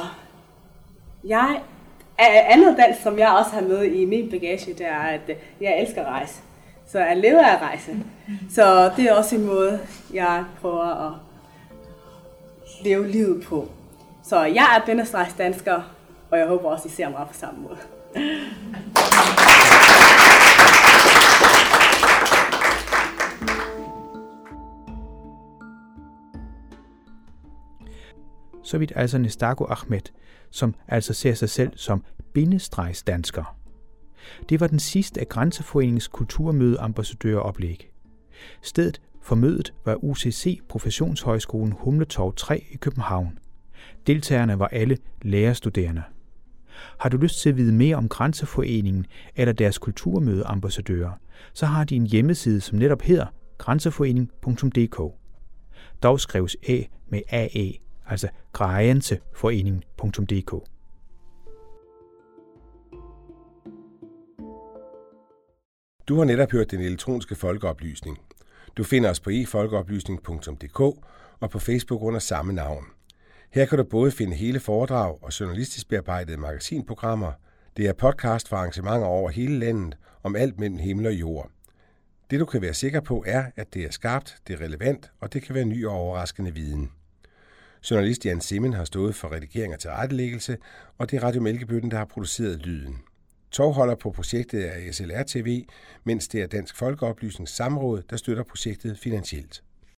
andet dansk, som jeg også har med i min bagage, det er, at jeg elsker at rejse. Så jeg lever af at rejse. Så det er også en måde, jeg prøver at leve livet på. Så jeg er bindestreg dansker, og jeg håber også, I ser mig på samme måde. Så vidt altså Nestako Ahmed, som altså ser sig selv som bindestregsdansker. Det var den sidste af Grænseforeningens kulturmødeambassadøroplæg. Stedet for mødet var UCC Professionshøjskolen Humletorv 3 i København. Deltagerne var alle lærerstuderende. Har du lyst til at vide mere om Grænseforeningen eller deres kulturmødeambassadører, så har de en hjemmeside, som netop hedder grænseforening.dk. Dog skrives A med AE, altså grænseforening.dk. Du har netop hørt den elektroniske folkeoplysning. Du finder os på efolkeoplysning.dk og på Facebook under samme navn. Her kan du både finde hele foredrag og journalistisk bearbejdede magasinprogrammer, Det er podcast for arrangementer over hele landet om alt mellem himmel og jord. Det du kan være sikker på er, at det er skarpt, det er relevant, og det kan være ny og overraskende viden. Journalist Jan Simmen har stået for redigering og tilrettelæggelse, og det er Radio Mælkebøtten, der har produceret lyden. Tovholder på projektet er SLR TV, mens det er Dansk Folkeoplysnings Samråd, der støtter projektet finansielt.